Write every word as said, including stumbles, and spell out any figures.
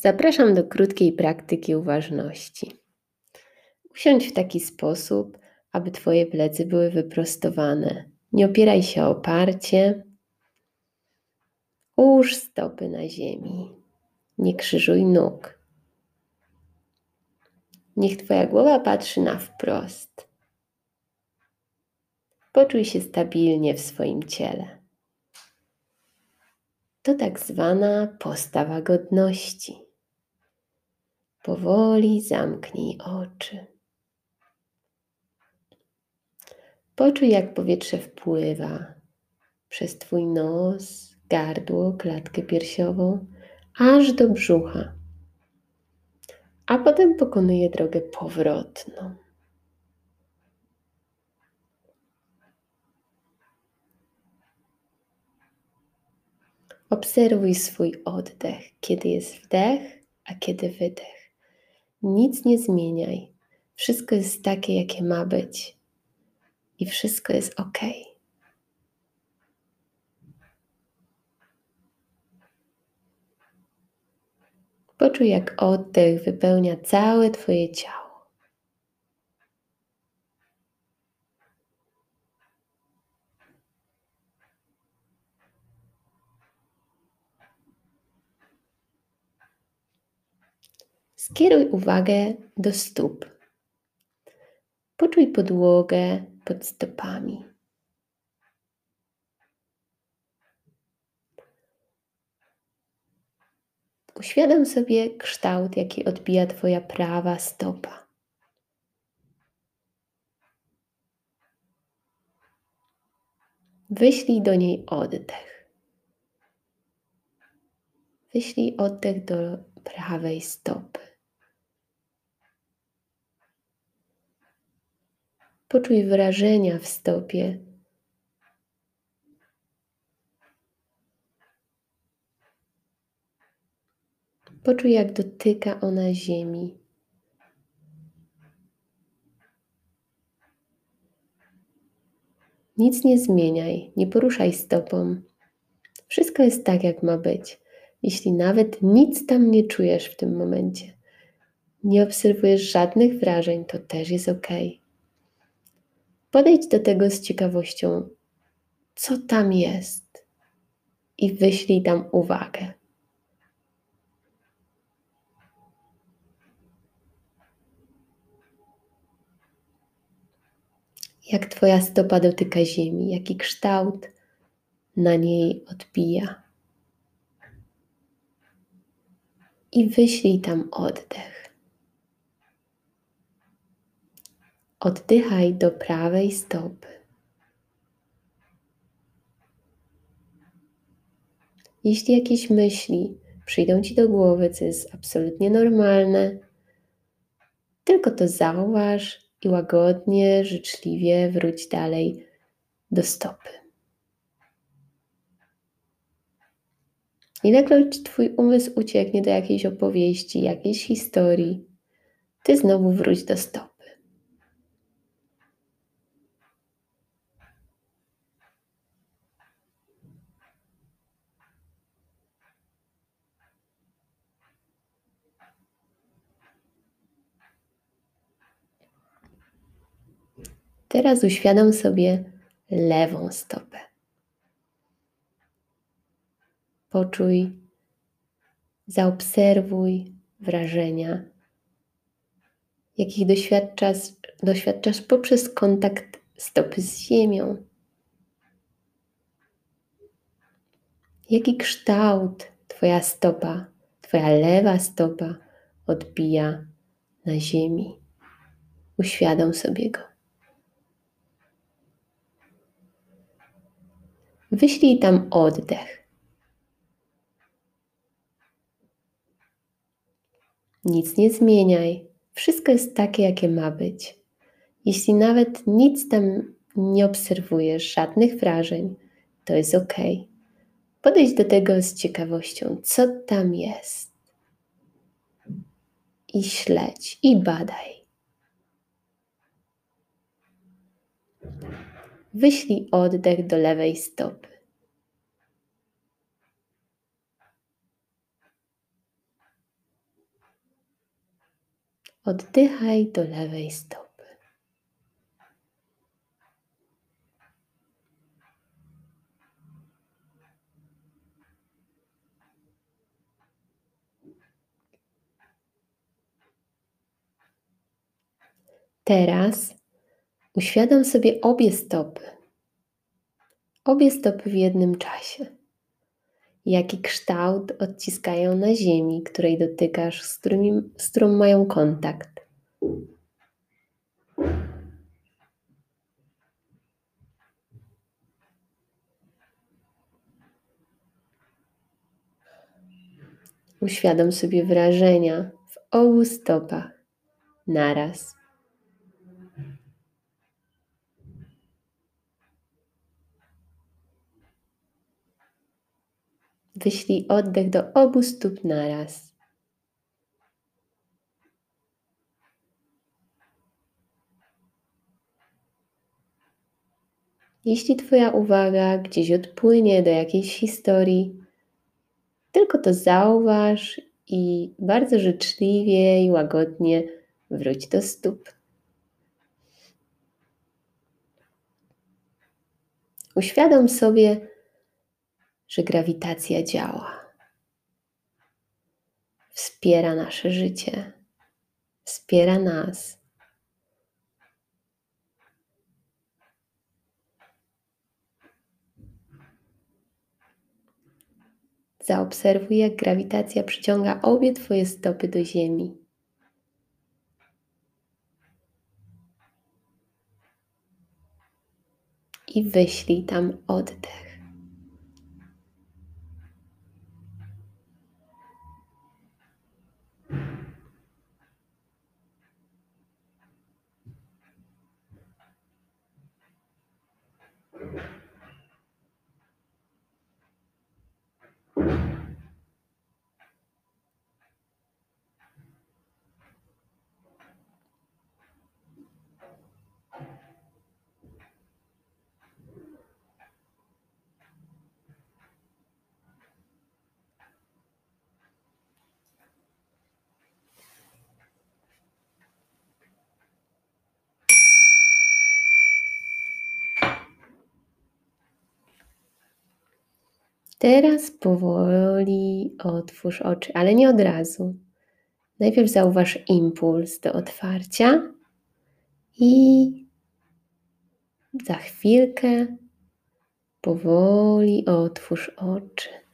Zapraszam do krótkiej praktyki uważności. Usiądź w taki sposób, aby Twoje plecy były wyprostowane. Nie opieraj się o oparcie. Ułóż stopy na ziemi. Nie krzyżuj nóg. Niech Twoja głowa patrzy na wprost. Poczuj się stabilnie w swoim ciele. To tak zwana postawa godności. Powoli zamknij oczy. Poczuj, jak powietrze wpływa przez Twój nos, gardło, klatkę piersiową, aż do brzucha, a potem pokonuje drogę powrotną. Obserwuj swój oddech, kiedy jest wdech, a kiedy wydech. Nic nie zmieniaj. Wszystko jest takie, jakie ma być. I wszystko jest ok. Poczuj, jak oddech wypełnia całe Twoje ciało. Skieruj uwagę do stóp. Poczuj podłogę pod stopami. Uświadom sobie kształt, jaki odbija Twoja prawa stopa. Wyślij do niej oddech. Wyślij oddech do prawej stopy. Poczuj wrażenia w stopie. Poczuj, jak dotyka ona ziemi. Nic nie zmieniaj, nie poruszaj stopą. Wszystko jest tak, jak ma być. Jeśli nawet nic tam nie czujesz w tym momencie, nie obserwujesz żadnych wrażeń, to też jest ok. Podejdź do tego z ciekawością, co tam jest, i wyślij tam uwagę. Jak Twoja stopa dotyka ziemi, jaki kształt na niej odbija. I wyślij tam oddech. Oddychaj do prawej stopy. Jeśli jakieś myśli przyjdą Ci do głowy, co jest absolutnie normalne, tylko to zauważ i łagodnie, życzliwie wróć dalej do stopy. Ilekroć Twój umysł ucieknie do jakiejś opowieści, jakiejś historii, Ty znowu wróć do stopy. Teraz uświadom sobie lewą stopę. Poczuj, zaobserwuj wrażenia, jakich doświadczasz, doświadczasz poprzez kontakt stopy z ziemią. Jaki kształt Twoja stopa, Twoja lewa stopa odbija na ziemi. Uświadom sobie go. Wyślij tam oddech. Nic nie zmieniaj. Wszystko jest takie, jakie ma być. Jeśli nawet nic tam nie obserwujesz, żadnych wrażeń, to jest ok. Podejdź do tego z ciekawością, co tam jest. I śledź, i badaj. Wyślij oddech do lewej stopy. Oddychaj do lewej stopy. Teraz uświadom sobie obie stopy. Obie stopy w jednym czasie. Jaki kształt odciskają na ziemi, której dotykasz, z, którymi, z którą mają kontakt. Uświadom sobie wrażenia w obu stopach naraz. Wyślij oddech do obu stóp naraz. Jeśli Twoja uwaga gdzieś odpłynie do jakiejś historii, tylko to zauważ i bardzo życzliwie i łagodnie wróć do stóp. Uświadom sobie, że grawitacja działa. Wspiera nasze życie, wspiera nas. Zaobserwuj, jak grawitacja przyciąga obie Twoje stopy do ziemi. I wyślij tam oddech. Teraz powoli otwórz oczy, ale nie od razu. Najpierw zauważ impuls do otwarcia i za chwilkę powoli otwórz oczy.